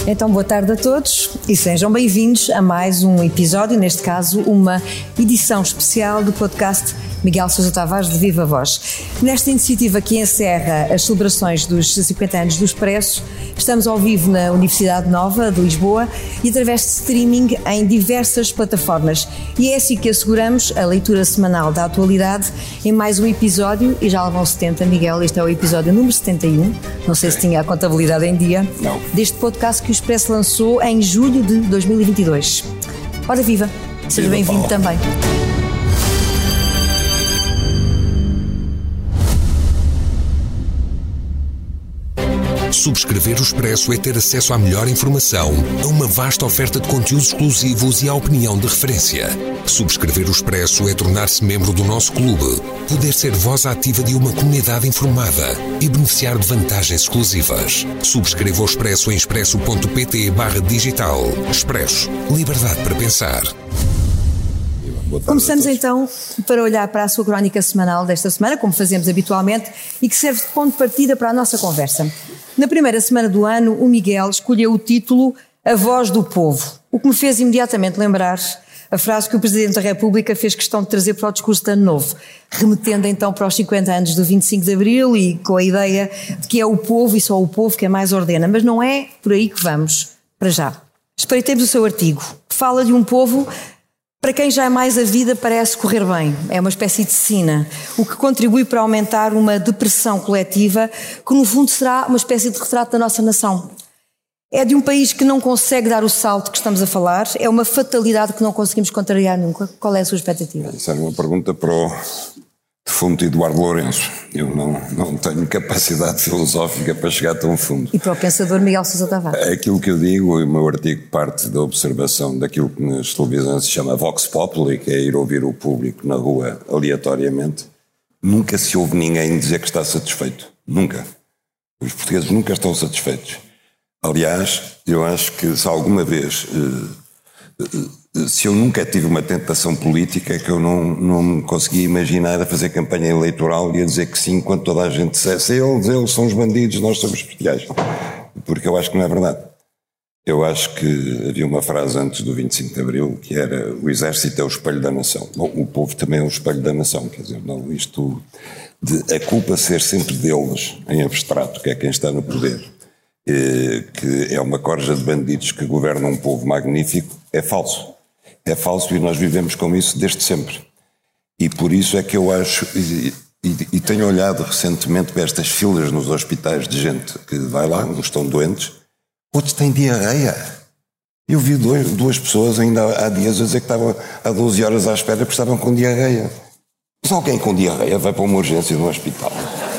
Então, boa tarde a todos e sejam bem-vindos a mais um episódio, neste caso, uma edição especial do podcast Miguel Sousa Tavares de Viva Voz. Nesta iniciativa que encerra as celebrações dos 50 anos do Expresso, estamos ao vivo na Universidade Nova de Lisboa e através de streaming em diversas plataformas. E é assim que asseguramos a leitura semanal da atualidade em mais um episódio, e já lá vão 70, Miguel, este é o episódio número 71, não sei se tinha a contabilidade em dia, não, deste podcast que o Expresso lançou em julho de 2022. Ora viva, seja bem-vindo também. Subscrever o Expresso é ter acesso à melhor informação, a uma vasta oferta de conteúdos exclusivos e à opinião de referência. Subscrever o Expresso é tornar-se membro do nosso clube, poder ser voz ativa de uma comunidade informada e beneficiar de vantagens exclusivas. Subscreva o Expresso em expresso.pt/digital. Expresso. Liberdade para pensar. Começamos então para olhar para a sua crónica semanal desta semana, como fazemos habitualmente, e que serve de ponto de partida para a nossa conversa. Na primeira semana do ano, o Miguel escolheu o título A Voz do Povo, o que me fez imediatamente lembrar a frase que o Presidente da República fez questão de trazer para o discurso de Ano Novo, remetendo então para os 50 anos do 25 de Abril e com a ideia de que é o povo e só o povo que é mais ordena. Mas não é por aí que vamos, para já. Espreitemos o seu artigo. Fala de um povo para quem jamais a vida parece correr bem. É uma espécie de sina, o que contribui para aumentar uma depressão coletiva que no fundo será uma espécie de retrato da nossa nação. É de um país que não consegue dar o salto que estamos a falar, é uma fatalidade que não conseguimos contrariar nunca. Qual é a sua expectativa? Isso era uma pergunta para o defunto Eduardo Lourenço. Eu não tenho capacidade filosófica para chegar tão fundo. E para o pensador Miguel Sousa Tavares? Aquilo que eu digo, o meu artigo parte da observação daquilo que nas televisões se chama Vox Populi, que é ir ouvir o público na rua aleatoriamente. Nunca se ouve ninguém dizer que está satisfeito. Nunca. Os portugueses nunca estão satisfeitos. Aliás, eu acho que se alguma vez... se eu nunca tive uma tentação política, é que eu não me conseguia imaginar a fazer campanha eleitoral e a dizer que sim, quando toda a gente dissesse eles são os bandidos, nós somos especiais. Porque eu acho que não é verdade. Eu acho que havia uma frase antes do 25 de Abril que era: o exército é o espelho da nação. Bom, o povo também é o espelho da nação, quer dizer, não, isto de a culpa ser sempre deles, em abstrato, que é quem está no poder, que é uma corja de bandidos que governam um povo magnífico, é falso. É falso e nós vivemos com isso desde sempre. E por isso é que eu acho, e tenho olhado recentemente para estas filas nos hospitais de gente que vai lá, uns estão doentes, outros têm diarreia. Eu vi duas pessoas ainda há dias a dizer que estavam há 12 horas à espera porque estavam com diarreia. Mas alguém com diarreia vai para uma urgência de um hospital.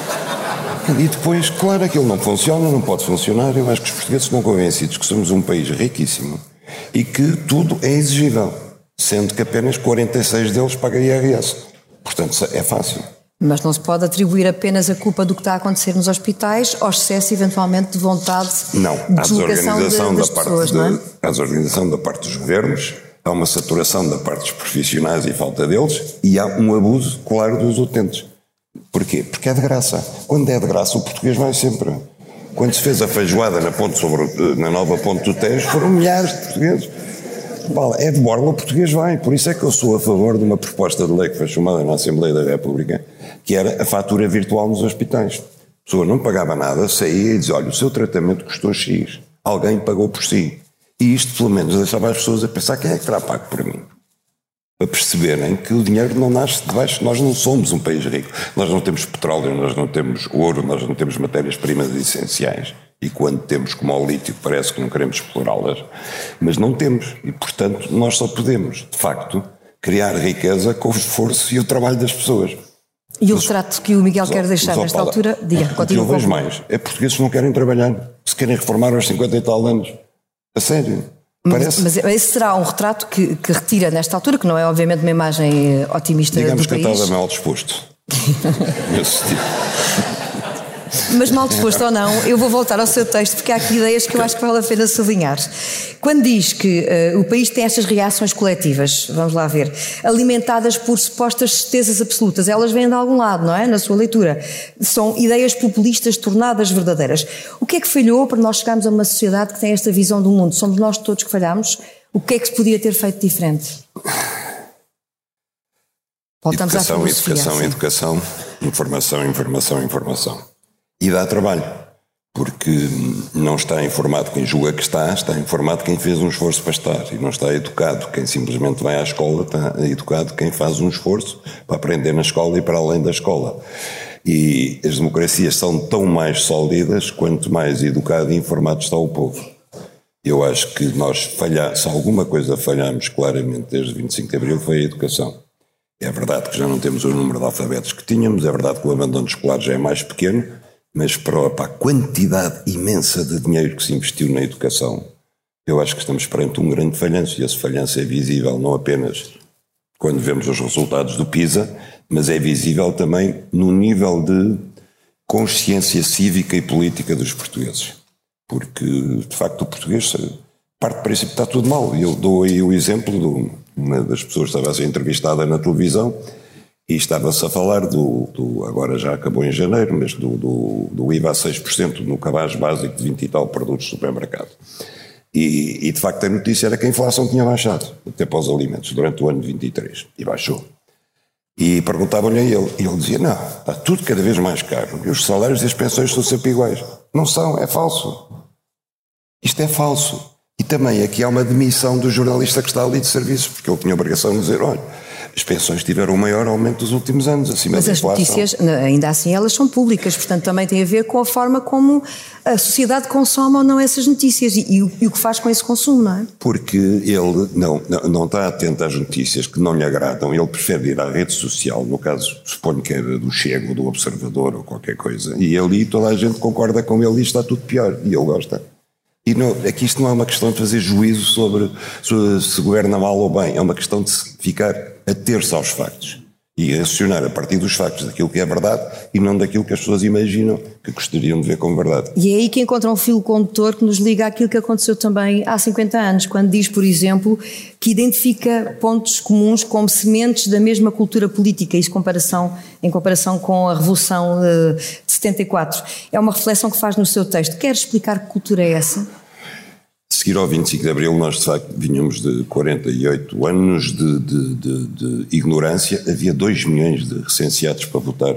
E depois, claro, aquilo não funciona, não pode funcionar. Eu acho que os portugueses estão convencidos que somos um país riquíssimo e que tudo é exigível, sendo que apenas 46 deles pagam IRS. Portanto, é fácil. Mas não se pode atribuir apenas a culpa do que está a acontecer nos hospitais ao excesso, eventualmente, de vontade de deslocação das pessoas, não é? Há desorganização da parte dos governos, há uma saturação da parte dos profissionais e falta deles, e há um abuso, claro, dos utentes. Porquê? Porque é de graça. Quando é de graça, o português vai sempre. Quando se fez a feijoada na nova ponte do Tejo, foram milhares de portugueses. É de borla, o português vai. Por isso é que eu sou a favor de uma proposta de lei que foi chamada na Assembleia da República, que era a fatura virtual nos hospitais. A pessoa não pagava nada, saía e dizia: olha, o seu tratamento custou X. Alguém pagou por si. E isto, pelo menos, deixava as pessoas a pensar: quem é que terá pago por mim? A perceberem que o dinheiro não nasce de baixo. Nós não somos um país rico. Nós não temos petróleo, nós não temos ouro, nós não temos matérias-primas essenciais. E quando temos, como ao lítio, parece que não queremos explorá-las. Mas não temos. E, portanto, nós só podemos, de facto, criar riqueza com o esforço e o trabalho das pessoas. E o retrato que o Miguel quer deixar nesta altura, diga, continua. O que eu vejo mais é portugueses que não querem trabalhar, se querem reformar aos 50 e tal anos. A sério. Mas esse será um retrato que retira nesta altura, que não é obviamente uma imagem otimista do país. Digamos que eu estava mal disposto. Nesse tipo. Mas mal disposto ou não, eu vou voltar ao seu texto porque há aqui ideias que eu acho que vale a pena sublinhar. Quando diz que o país tem estas reações coletivas, vamos lá ver, alimentadas por supostas certezas absolutas, elas vêm de algum lado, não é? Na sua leitura. São ideias populistas tornadas verdadeiras. O que é que falhou para nós chegarmos a uma sociedade que tem esta visão do mundo? Somos nós todos que falhamos? O que é que se podia ter feito diferente? Voltamos à filosofia. Educação, informação. E dá trabalho, porque não está informado quem julga que está informado quem fez um esforço para estar, e não está educado quem simplesmente vai à escola, está educado quem faz um esforço para aprender na escola e para além da escola. E as democracias são tão mais sólidas quanto mais educado e informado está o povo. Eu acho que se alguma coisa falhamos claramente desde 25 de Abril foi a educação. É verdade que já não temos o número de alfabetos que tínhamos, é verdade que o abandono escolar já é mais pequeno, mas para a quantidade imensa de dinheiro que se investiu na educação, eu acho que estamos perante um grande falhanço, e esse falhanço é visível não apenas quando vemos os resultados do PISA, mas é visível também no nível de consciência cívica e política dos portugueses. Porque, de facto, o português parte do princípio que está tudo mal. Eu dou aí o exemplo de uma das pessoas que estava a ser entrevistada na televisão e estava-se a falar agora já acabou em janeiro, mas do IVA a 6% no cabaz básico de 20 e tal produtos de supermercado. E, de facto, a notícia era que a inflação tinha baixado, até para os alimentos, durante o ano de 23, e baixou. E perguntavam-lhe a ele, e ele dizia, não, está tudo cada vez mais caro, e os salários e as pensões são sempre iguais. Não são, é falso. Isto é falso. E também aqui há uma demissão do jornalista que está ali de serviço, porque ele tinha a obrigação de dizer, olha, as pensões tiveram o maior aumento dos últimos anos, acima da inflação. Mas as notícias, ainda assim, elas são públicas, portanto também tem a ver com a forma como a sociedade consome ou não essas notícias e o que faz com esse consumo, não é? Porque ele não está atento às notícias que não lhe agradam, ele prefere ir à rede social, no caso, suponho que era do Chego, do Observador ou qualquer coisa, e ali toda a gente concorda com ele e está tudo pior, e ele gosta. E aqui isto não é uma questão de fazer juízo sobre se governa mal ou bem, é uma questão de ficar ater-se aos factos e racionar a partir dos factos daquilo que é verdade e não daquilo que as pessoas imaginam que gostariam de ver como verdade. E é aí que encontra um fio condutor que nos liga àquilo que aconteceu também há 50 anos, quando diz, por exemplo, que identifica pontos comuns como sementes da mesma cultura política, isso em comparação com a Revolução de 74. É uma reflexão que faz no seu texto. Quer explicar que cultura é essa? Seguir ao 25 de Abril, nós de facto vinhamos de 48 anos de ignorância. Havia 2 milhões de recenseados para votar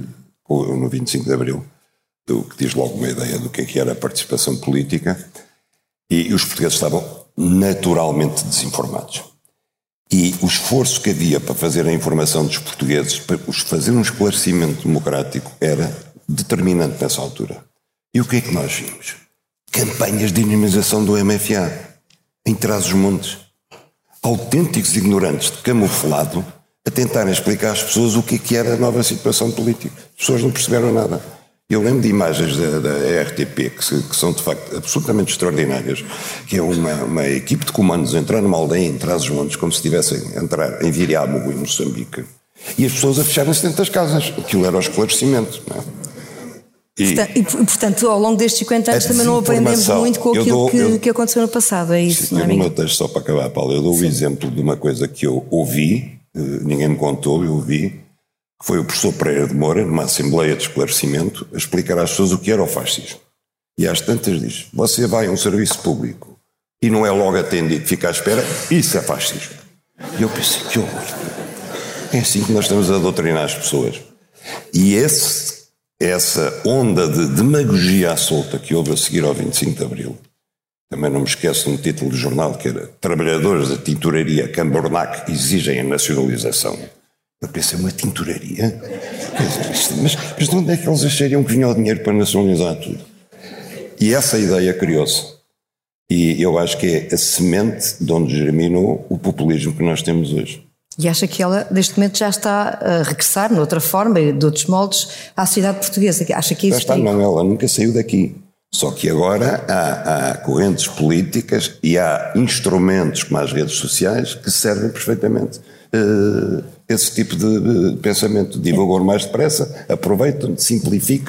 no 25 de Abril, o que diz logo uma ideia do que era a participação política. E os portugueses estavam naturalmente desinformados. E o esforço que havia para fazer a informação dos portugueses, para fazer um esclarecimento democrático, era determinante nessa altura. E o que é que nós vimos? Campanhas de dinamização do MFA, em Trás-os-Montes. Autênticos ignorantes de camuflado a tentarem explicar às pessoas o que era a nova situação política. As pessoas não perceberam nada. Eu lembro de imagens da RTP que são de facto absolutamente extraordinárias, que é uma equipe de comandos entrar numa aldeia em Trás-os-Montes como se estivessem a entrar em Viriámugo, em Moçambique, e as pessoas a fecharem-se dentro das casas. Aquilo era o esclarecimento, não é? E, portanto, ao longo destes 50 anos também não aprendemos muito com aquilo que aconteceu no passado, é isso, não é? No meu texto, só para acabar, Paulo, eu dou o exemplo de uma coisa que eu ouvi, ninguém me contou, eu ouvi, que foi o professor Pereira de Moura, numa assembleia de esclarecimento, a explicar às pessoas o que era o fascismo. E às tantas diz, você vai a um serviço público e não é logo atendido, fica à espera, isso é fascismo. E eu pensei, que horror. É assim que nós estamos a doutrinar as pessoas. E essa onda de demagogia à solta que houve a seguir ao 25 de Abril, também não me esqueço de um título do jornal que era Trabalhadores da Tinturaria Cambornac exigem a nacionalização. Eu pensei, uma tinturaria? Mas de onde é que eles achariam que vinha o dinheiro para nacionalizar tudo? E essa ideia criou-se. E eu acho que é a semente de onde germinou o populismo que nós temos hoje. E acha que ela, neste momento, já está a regressar, de outra forma e de outros moldes, à sociedade portuguesa? Acha que isso não, ela nunca saiu daqui. Só que agora há correntes políticas e há instrumentos como as redes sociais que servem perfeitamente esse tipo de pensamento. Divulgam mais depressa, aproveitam, simplificam,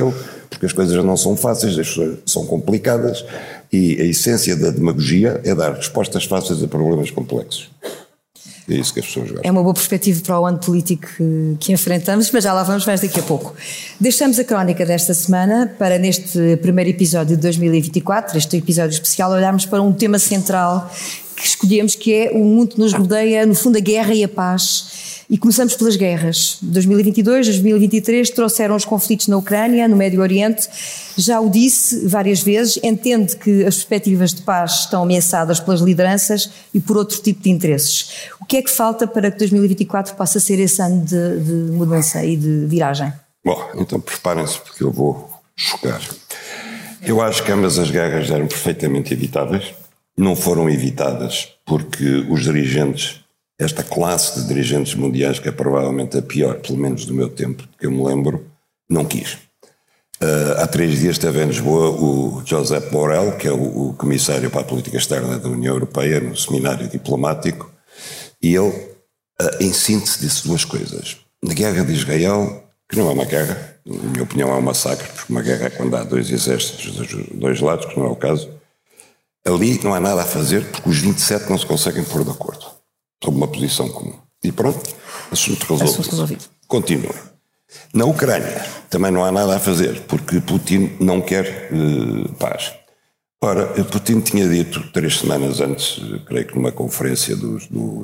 porque as coisas não são fáceis, as coisas são complicadas e a essência da demagogia é dar respostas fáceis a problemas complexos. É isso que as pessoas gostam. É uma boa perspectiva para o ano político que enfrentamos, mas já lá vamos mais daqui a pouco. Deixamos a crónica desta semana para, neste primeiro episódio de 2024, este episódio especial, olharmos para um tema central que escolhemos, que é o mundo que nos rodeia, no fundo a guerra e a paz. E começamos pelas guerras. 2022, 2023 trouxeram os conflitos na Ucrânia, no Médio Oriente. Já o disse várias vezes, entende que as perspectivas de paz estão ameaçadas pelas lideranças e por outro tipo de interesses. O que é que falta para que 2024 possa ser esse ano de mudança e de viragem? Bom, então preparem-se porque eu vou chocar. Eu acho que ambas as guerras eram perfeitamente evitáveis. Não foram evitadas porque os dirigentes, esta classe de dirigentes mundiais, que é provavelmente a pior, pelo menos do meu tempo, que eu me lembro, não quis. Há 3 dias esteve em Lisboa o Josep Borrell, que é o comissário para a política externa da União Europeia, no seminário diplomático, e ele, em síntese, disse 2 coisas. Na guerra de Israel, que não é uma guerra, na minha opinião é um massacre, porque uma guerra é quando há 2 exércitos dos 2 lados, que não é o caso, ali não há nada a fazer, porque os 27 não se conseguem pôr de acordo sobre uma posição comum. E pronto, assunto resolvido. Continua. Na Ucrânia também não há nada a fazer, porque Putin não quer paz. Ora, Putin tinha dito 3 semanas antes, creio que numa conferência dos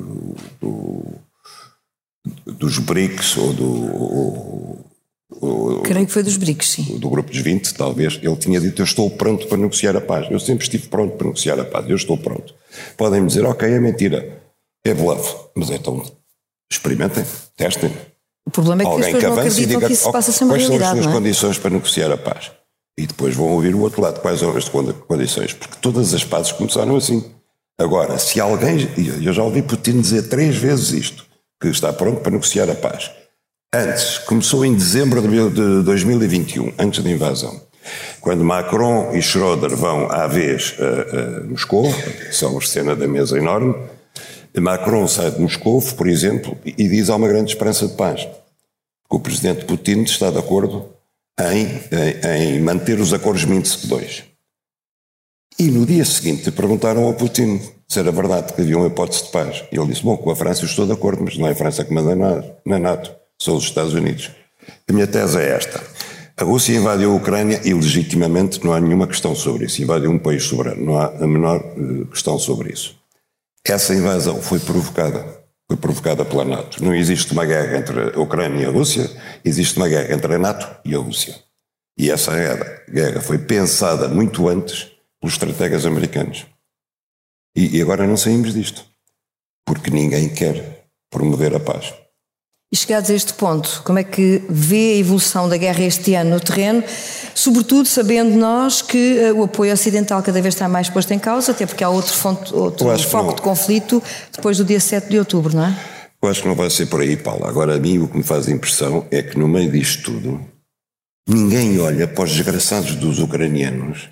BRICS, creio que foi dos BRICS, sim. Do grupo dos 20, talvez, ele tinha dito: eu estou pronto para negociar a paz. Eu sempre estive pronto para negociar a paz. Eu estou pronto. Podem-me dizer: ok, é mentira. É bluff, mas então experimentem, testem. O problema é que as pessoas não acreditam que isso possa ser uma realidade, quais são as suas não é? condições para negociar a paz? E depois vão ouvir o outro lado, quais são as condições, porque todas as pazes começaram assim. Agora, se alguém, eu já ouvi Putin dizer 3 vezes isto, que está pronto para negociar a paz. Antes, começou em dezembro de 2021, antes da invasão, quando Macron e Schröder vão à vez a Moscou, são a cena da mesa enorme. Macron sai de Moscou, por exemplo, e diz: há uma grande esperança de paz. O presidente Putin está de acordo em manter os acordos Minsk II. E no dia seguinte perguntaram ao Putin se era verdade que havia uma hipótese de paz. E ele disse: bom, com a França eu estou de acordo, mas não é a França que manda na NATO, são os Estados Unidos. A minha tese é esta: a Rússia invadiu a Ucrânia e legitimamente não há nenhuma questão sobre isso. Invadiu um país soberano, não há a menor questão sobre isso. Essa invasão foi provocada pela NATO. Não existe uma guerra entre a Ucrânia e a Rússia, existe uma guerra entre a NATO e a Rússia. E essa guerra foi pensada muito antes pelos estrategas americanos. E agora não saímos disto, porque ninguém quer promover a paz. E chegados a este ponto, como é que vê a evolução da guerra este ano no terreno, sobretudo sabendo nós que o apoio ocidental cada vez está mais posto em causa, até porque há outro foco de conflito depois do dia 7 de outubro, não é? Eu acho que não vai ser por aí, Paula. Agora, a mim o que me faz impressão é que no meio disto tudo, ninguém olha para os desgraçados dos ucranianos.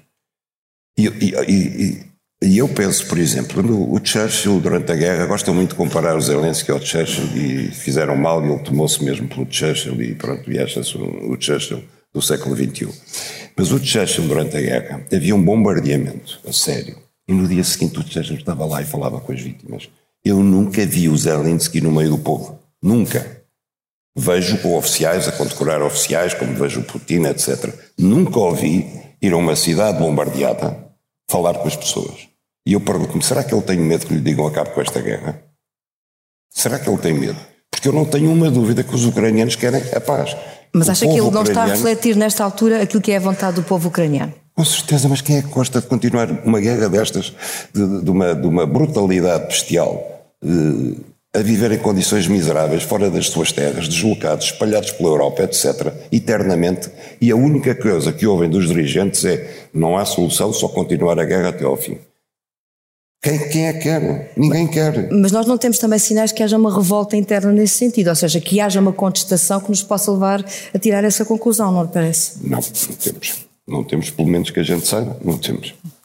E eu penso, por exemplo, o Churchill durante a guerra, gostam muito de comparar o Zelensky ao Churchill e fizeram mal e ele tomou-se mesmo pelo Churchill e pronto, e acha-se o Churchill do século XXI. Mas o Churchill durante a guerra, havia um bombardeamento, a sério, e no dia seguinte o Churchill estava lá e falava com as vítimas. Eu nunca vi o Zelensky no meio do povo, nunca. Vejo oficiais a condecorar oficiais, como vejo o Putin, etc. Nunca ouvi ir a uma cidade bombardeada falar com as pessoas. E eu pergunto-me: será que ele tem medo que lhe digam acabe com esta guerra? Será que ele tem medo? Porque eu não tenho uma dúvida que os ucranianos querem a paz. Mas acha que ele não está a refletir nesta altura aquilo que é a vontade do povo ucraniano? Com certeza, mas quem é que gosta de continuar uma guerra destas, de uma brutalidade bestial, a viver em condições miseráveis, fora das suas terras, deslocados, espalhados pela Europa, etc., eternamente, e a única coisa que ouvem dos dirigentes é: não há solução, só continuar a guerra até ao fim. Quem é que quer? Ninguém quer. Mas nós não temos também sinais que haja uma revolta interna nesse sentido, ou seja, que haja uma contestação que nos possa levar a tirar essa conclusão, não lhe parece? Não temos. Não temos, pelo menos que a gente saiba, não temos.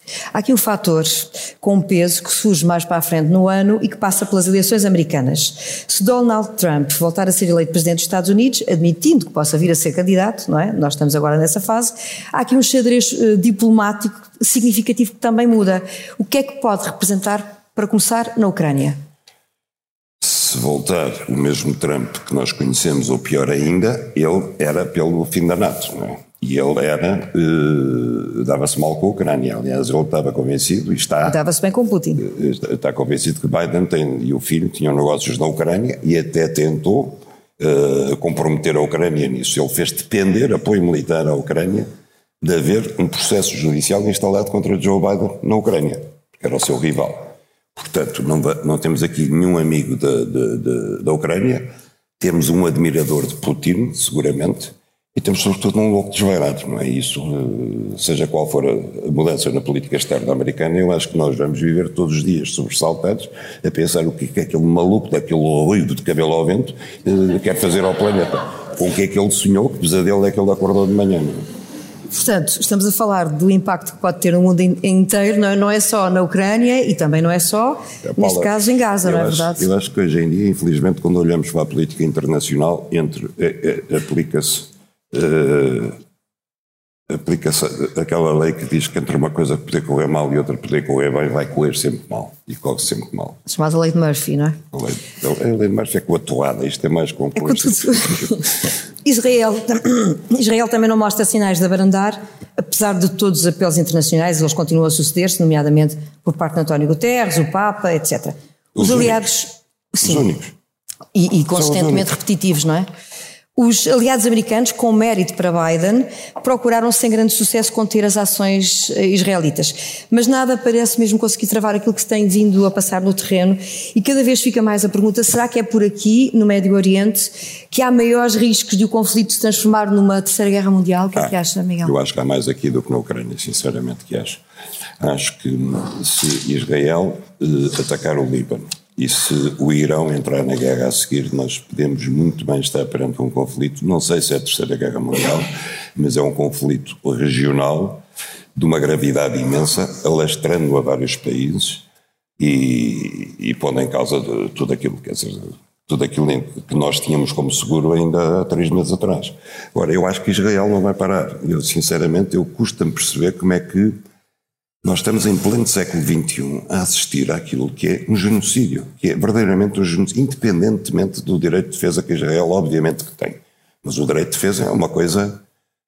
Há aqui um fator com peso que surge mais para a frente no ano e que passa pelas eleições americanas. Se Donald Trump voltar a ser eleito presidente dos Estados Unidos, admitindo que possa vir a ser candidato, não é? Nós estamos agora nessa fase, há aqui um xadrez diplomático significativo que também muda. O que é que pode representar, para começar, na Ucrânia? Se voltar o mesmo Trump que nós conhecemos, ou pior ainda, ele era pelo fim da NATO, não é? E ele era, dava-se mal com a Ucrânia. Aliás, ele estava convencido e está... Dava-se bem com Putin. Está convencido que Biden e o filho tinham negócios na Ucrânia e até tentou comprometer a Ucrânia nisso. Ele fez depender apoio militar à Ucrânia de haver um processo judicial instalado contra Joe Biden na Ucrânia, que era o seu rival. Portanto, não temos aqui nenhum amigo da Ucrânia, temos um admirador de Putin, seguramente, e temos sobretudo um louco desvairado, não é isso? Seja qual for a mudança na política externa americana, eu acho que nós vamos viver todos os dias sobressaltados a pensar o que é aquele maluco daquele ruído de cabelo ao vento quer fazer ao planeta. Com o que é que ele sonhou, que pesadelo é que ele acordou de manhã, não é? Portanto, estamos a falar do impacto que pode ter no mundo inteiro, não é só na Ucrânia e também não é só, neste caso, em Gaza, não é verdade? Eu acho que hoje em dia, infelizmente, quando olhamos para a política internacional, aplica-se aquela lei que diz que entre uma coisa poder correr mal e outra poder correr bem, vai correr sempre mal, e corre sempre mal. Chamada lei de Murphy, não é? A lei de Murphy é com a toada, isto é mais complexo. Israel também não mostra sinais de abrandar, apesar de todos os apelos internacionais, eles continuam a suceder-se, nomeadamente por parte de António Guterres, o Papa, etc. Os aliados... Sim. Os únicos. E consistentemente repetitivos, não é? Os aliados americanos, com mérito para Biden, procuraram sem grande sucesso conter as ações israelitas. Mas nada parece mesmo conseguir travar aquilo que se tem vindo a passar no terreno e cada vez fica mais a pergunta, será que é por aqui, no Médio Oriente, que há maiores riscos de o conflito se transformar numa terceira guerra mundial? O que é que acha, Miguel? Eu acho que há mais aqui do que na Ucrânia, sinceramente que acho. Acho que se Israel atacar o Líbano, e se o Irão entrar na guerra a seguir, nós podemos muito bem estar perante um conflito, não sei se é a terceira guerra mundial, mas é um conflito regional de uma gravidade imensa, alastrando a vários países e pondo em causa tudo aquilo, quer dizer, tudo aquilo que nós tínhamos como seguro ainda há 3 meses atrás. Agora, eu acho que Israel não vai parar. Eu, sinceramente, custa-me perceber como é que nós estamos em pleno século XXI a assistir àquilo que é um genocídio, que é verdadeiramente um genocídio, independentemente do direito de defesa que Israel obviamente que tem. Mas o direito de defesa é uma coisa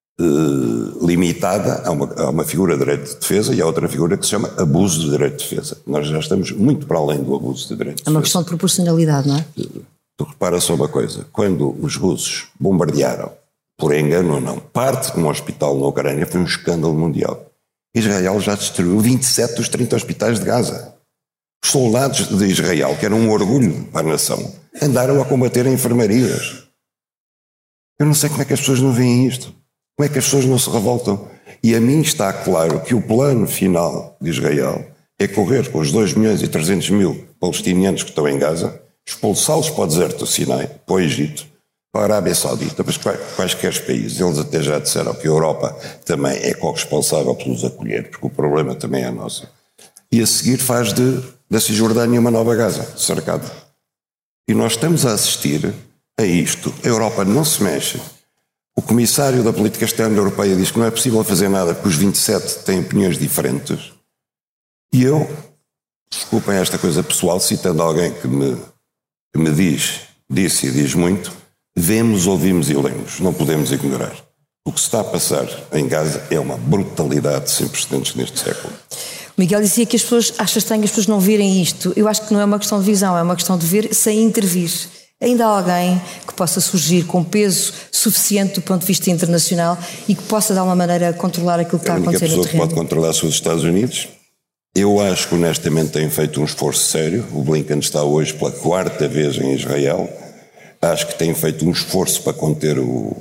limitada, há uma figura de direito de defesa e há outra figura que se chama abuso de direito de defesa. Nós já estamos muito para além do abuso de direito de defesa. É uma questão de proporcionalidade, não é? Tu repara só uma coisa, quando os russos bombardearam, por engano ou não, parte de um hospital na Ucrânia, foi um escândalo mundial. Israel já destruiu 27 dos 30 hospitais de Gaza. Os soldados de Israel, que eram um orgulho para a nação, andaram a combater enfermarias. Eu não sei como é que as pessoas não veem isto. Como é que as pessoas não se revoltam? E a mim está claro que o plano final de Israel é correr com os 2.300.000 palestinianos que estão em Gaza, expulsá-los para o deserto do Sinai, para o Egito, para a Arábia Saudita, para quaisquer países. Eles até já disseram que a Europa também é corresponsável por os acolher, porque o problema também é nosso. E a seguir faz da Cisjordânia uma nova Gaza, cercada. E nós estamos a assistir a isto. A Europa não se mexe. O comissário da política externa europeia diz que não é possível fazer nada porque os 27 têm opiniões diferentes. E eu, desculpem esta coisa pessoal, citando alguém que me disse e diz muito, vemos, ouvimos e lemos, não podemos ignorar. O que se está a passar em Gaza é uma brutalidade sem precedentes neste século. O Miguel dizia que as pessoas, acha estranho as pessoas não verem isto. Eu acho que não é uma questão de visão, é uma questão de ver sem intervir. Ainda há alguém que possa surgir com peso suficiente do ponto de vista internacional e que possa, de alguma maneira, controlar aquilo que está a acontecer no terreno. A única pessoa que pode controlar são os Estados Unidos. Eu acho que, honestamente, têm feito um esforço sério. O Blinken está hoje pela 4ª vez em Israel. Acho que tem feito um esforço para conter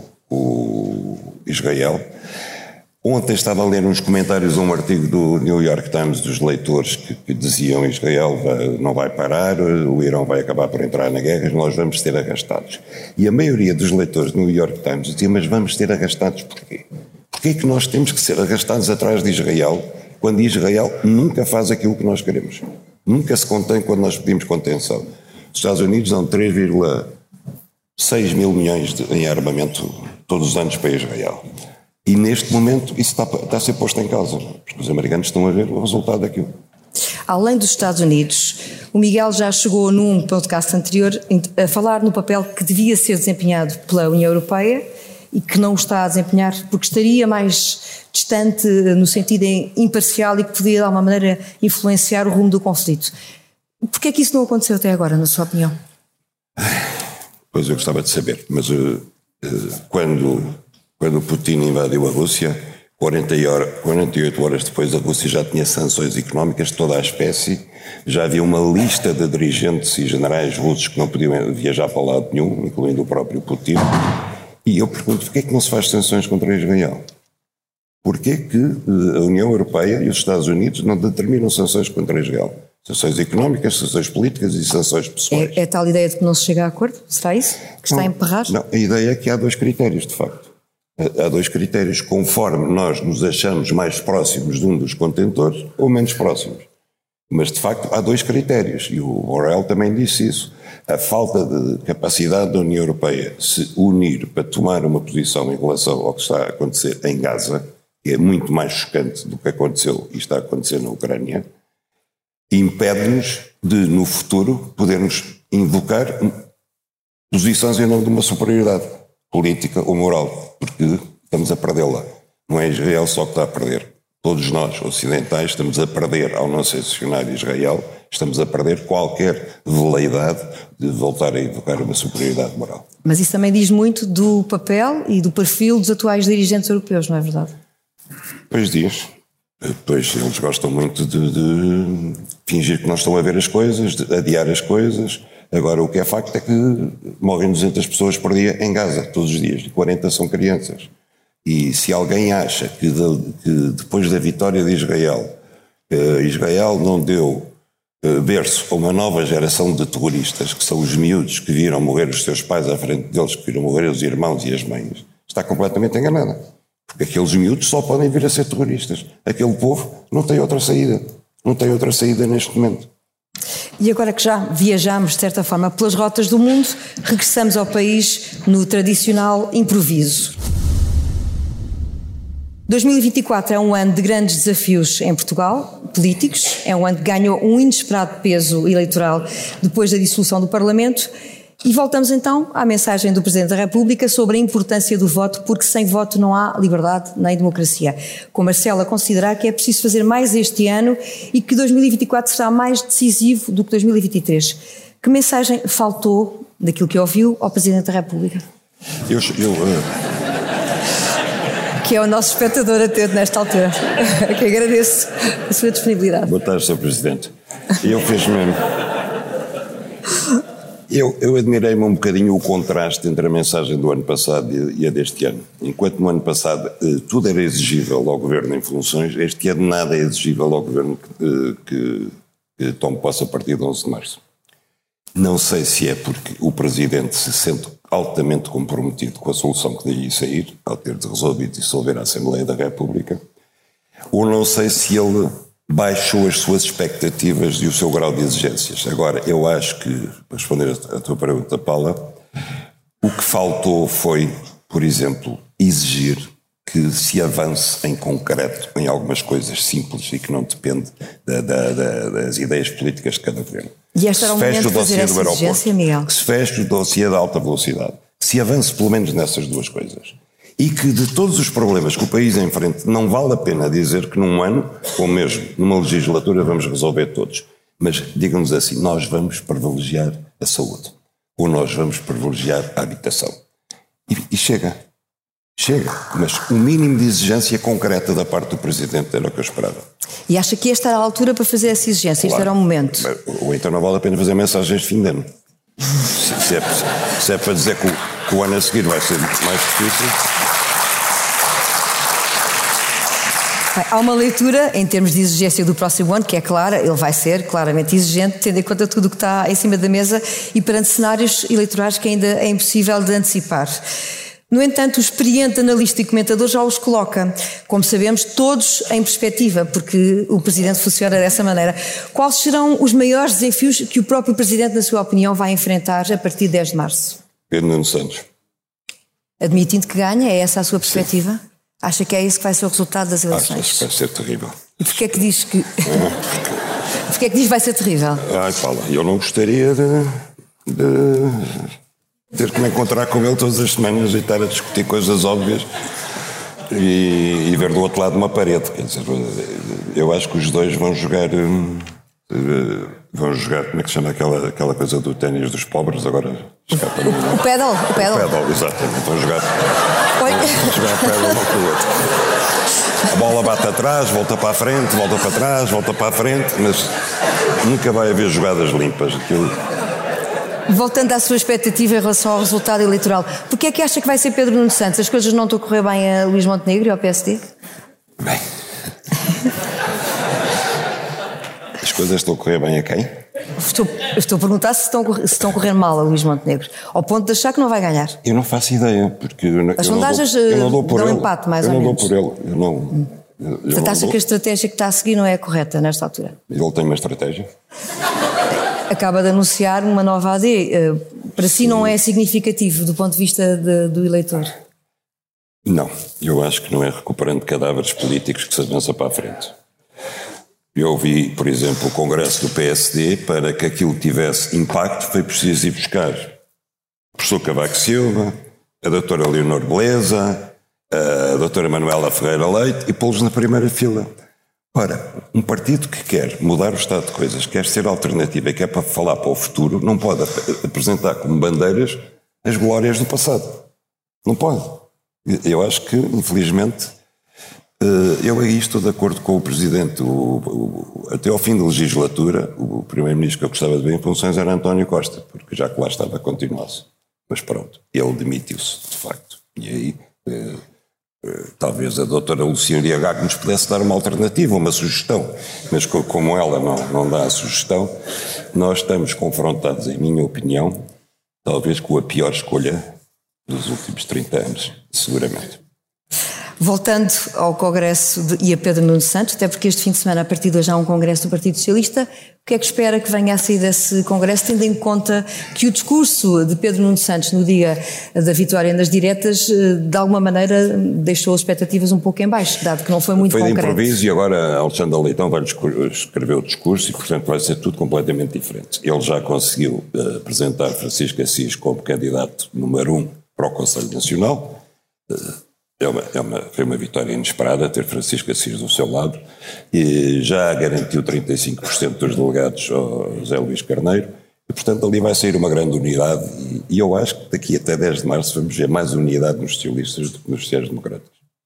o Israel. Ontem estava a ler uns comentários a um artigo do New York Times dos leitores que diziam que Israel não vai parar, o Irão vai acabar por entrar na guerra, nós vamos ser arrastados. E a maioria dos leitores do New York Times dizia, mas vamos ser arrastados porquê? Porquê é que nós temos que ser arrastados atrás de Israel quando Israel nunca faz aquilo que nós queremos. Nunca se contém quando nós pedimos contenção. Os Estados Unidos dão 3,6 mil milhões em armamento todos os anos para Israel. E neste momento isso está a ser posto em causa, porque os americanos estão a ver o resultado daquilo. Além dos Estados Unidos, o Miguel já chegou num podcast anterior a falar no papel que devia ser desempenhado pela União Europeia e que não o está a desempenhar porque estaria mais distante no sentido imparcial e que podia de alguma maneira influenciar o rumo do conflito. Porquê é que isso não aconteceu até agora, na sua opinião? Pois eu gostava de saber, mas quando Putin invadiu a Rússia, 48 horas depois a Rússia já tinha sanções económicas de toda a espécie, já havia uma lista de dirigentes e generais russos que não podiam viajar para lado nenhum, incluindo o próprio Putin, e eu pergunto, porquê é que não se faz sanções contra Israel? Porquê que a União Europeia e os Estados Unidos não determinam sanções contra Israel? Sanções económicas, sanções políticas e sanções pessoais. É tal ideia de que não se chega a acordo? Será isso? Que está a emperrar? Não, a ideia é que há dois critérios, de facto. Há dois critérios, conforme nós nos achamos mais próximos de um dos contentores ou menos próximos. Mas, de facto, há dois critérios, e o Borrell também disse isso. A falta de capacidade da União Europeia se unir para tomar uma posição em relação ao que está a acontecer em Gaza, que é muito mais chocante do que aconteceu e está a acontecer na Ucrânia, impede-nos de, no futuro, podermos invocar posições em nome de uma superioridade política ou moral, porque estamos a perdê-la. Não é Israel só que está a perder. Todos nós, ocidentais, estamos a perder, ao não sancionar Israel, estamos a perder qualquer veleidade de voltar a invocar uma superioridade moral. Mas isso também diz muito do papel e do perfil dos atuais dirigentes europeus, não é verdade? Pois diz. Pois eles gostam muito de fingir que não estão a ver as coisas, de adiar as coisas. Agora, o que é facto é que morrem 200 pessoas por dia em Gaza, todos os dias, e 40 são crianças. E se alguém acha que depois da vitória de Israel, Israel não deu berço a uma nova geração de terroristas, que são os miúdos que viram morrer os seus pais à frente deles, que viram morrer os irmãos e as mães, está completamente enganada. Porque aqueles miúdos só podem vir a ser terroristas. Aquele povo não tem outra saída. Não tem outra saída neste momento. E agora que já viajamos, de certa forma, pelas rotas do mundo, regressamos ao país no tradicional improviso. 2024 é um ano de grandes desafios em Portugal, políticos. É um ano que ganhou um inesperado peso eleitoral depois da dissolução do Parlamento. E voltamos então à mensagem do Presidente da República sobre a importância do voto, porque sem voto não há liberdade nem democracia. Com Marcelo a considerar que é preciso fazer mais este ano e que 2024 será mais decisivo do que 2023. Que mensagem faltou daquilo que ouviu ao Presidente da República? Que é o nosso espectador atento nesta altura, que agradeço a sua disponibilidade. Boa tarde, Sr. Presidente. Eu admirei-me um bocadinho o contraste entre a mensagem do ano passado e a deste ano. Enquanto no ano passado tudo era exigível ao Governo em funções, este ano nada é exigível ao Governo que tome posse a partir de 11 de março. Não sei se é porque o Presidente se sente altamente comprometido com a solução que daí sair, ao ter de resolvido dissolver a Assembleia da República, ou não sei se ele baixou as suas expectativas e o seu grau de exigências. Agora, eu acho que, para responder à tua pergunta, Paula, o que faltou foi, por exemplo, exigir que se avance em concreto em algumas coisas simples e que não depende das ideias políticas de cada governo. E este era o momento de fazer essa exigência, Miguel? Que se feche o dossiê da alta velocidade, que se avance pelo menos nessas duas coisas. E que de todos os problemas que o país enfrenta, não vale a pena dizer que num ano, ou mesmo numa legislatura, vamos resolver todos. Mas digam-nos assim, nós vamos privilegiar a saúde, ou nós vamos privilegiar a habitação. E chega. Chega. Mas o mínimo de exigência concreta da parte do Presidente era o que eu esperava. E acha que esta era a altura para fazer essa exigência? Claro. Este era o momento? Ou então não vale a pena fazer mensagens de fim de ano. Se é para dizer que o ano a seguir vai ser mais difícil. Há uma leitura, em termos de exigência do próximo ano, que é clara, ele vai ser claramente exigente, tendo em conta tudo o que está em cima da mesa e perante cenários eleitorais que ainda é impossível de antecipar. No entanto, o experiente analista e comentador já os coloca, como sabemos, todos em perspectiva, porque o Presidente funciona dessa maneira. Quais serão os maiores desafios que o próprio Presidente, na sua opinião, vai enfrentar a partir de 10 de março? Pedro Nuno Santos. Admitindo que ganha, é essa a sua perspectiva? Sim. Acha que é isso que vai ser o resultado das eleições? Acho que vai ser terrível. E porquê é que diz que... porquê é que diz que vai ser terrível? Ai, Paula, eu não gostaria de ter que me encontrar com ele todas as semanas e estar a discutir coisas óbvias e ver do outro lado uma parede. Quer dizer, eu acho que os dois vão jogar, como é que se chama aquela coisa do ténis dos pobres, agora escapa-me. O pedal. O pedal, exatamente. Vão jogar pedal um com o outro. A bola bate atrás, volta para a frente, volta para trás, volta para a frente, mas nunca vai haver jogadas limpas. Voltando à sua expectativa em relação ao resultado eleitoral, porquê é que acha que vai ser Pedro Nuno Santos? As coisas não estão a correr bem a Luís Montenegro e ao PSD? Bem. As coisas estão a correr bem a quem? Estou a perguntar se estão a correr mal a Luís Montenegro, ao ponto de achar que não vai ganhar. Eu não faço ideia, porque as sondagens dão empate, mais ou menos. Eu não dou por ele. Portanto, acha que a estratégia que está a seguir não é a correta nesta altura? Ele tem uma estratégia? Acaba de anunciar uma nova AD. Para si não é significativo do ponto de vista do eleitor? Não, eu acho que não é recuperando cadáveres políticos que se avança para a frente. Eu vi, por exemplo, o Congresso do PSD, para que aquilo tivesse impacto foi preciso ir buscar o professor Cavaco Silva, a doutora Leonor Beleza, a doutora Manuela Ferreira Leite e pô-los na primeira fila. Ora, um partido que quer mudar o estado de coisas, quer ser alternativa e quer para falar para o futuro, não pode apresentar como bandeiras as glórias do passado. Não pode. Eu acho que, infelizmente, eu aí estou de acordo com o Presidente. Até ao fim da legislatura, o Primeiro-Ministro que eu gostava de ver em funções era António Costa, porque já que lá estava, continuasse. Mas pronto, ele demitiu-se, de facto. E aí... talvez a doutora Luciana Gago nos pudesse dar uma alternativa, uma sugestão, mas como ela não dá a sugestão, nós estamos confrontados, em minha opinião, talvez com a pior escolha dos últimos 30 anos, seguramente. Voltando ao Congresso e a Pedro Nuno Santos, até porque este fim de semana, a partir de hoje, há um Congresso do Partido Socialista, o que é que espera que venha a sair desse Congresso, tendo em conta que o discurso de Pedro Nuno Santos no dia da vitória nas diretas, de alguma maneira, deixou as expectativas um pouco em baixo, dado que não foi muito concreto. Foi de improviso e agora Alexandre Leitão vai escrever o discurso e, portanto, vai ser tudo completamente diferente. Ele já conseguiu apresentar Francisco Assis como candidato número 1 para o Conselho Nacional. Foi uma vitória inesperada ter Francisco Assis do seu lado e já garantiu 35% dos delegados ao José Luís Carneiro e, portanto, ali vai sair uma grande unidade e eu acho que daqui até 10 de março vamos ver mais unidade nos socialistas do que nos sociais-democratas.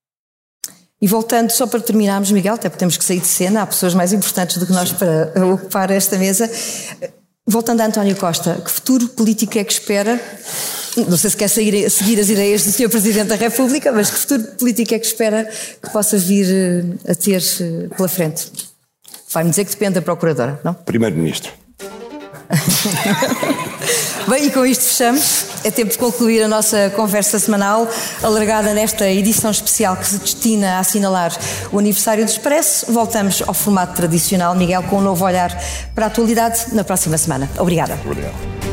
E voltando, só para terminarmos, Miguel, até porque temos que sair de cena, há pessoas mais importantes do que nós para ocupar esta mesa. Voltando a António Costa, que futuro político é que espera? Não sei se quer seguir as ideias do Sr. Presidente da República, mas que futuro político é que espera que possa vir a ter pela frente? Vai-me dizer que depende da Procuradora, não? Primeiro-Ministro. Bem, e com isto fechamos. É tempo de concluir a nossa conversa semanal, alargada nesta edição especial que se destina a assinalar o aniversário do Expresso. Voltamos ao formato tradicional, Miguel, com um novo olhar para a atualidade na próxima semana. Obrigada. Obrigado.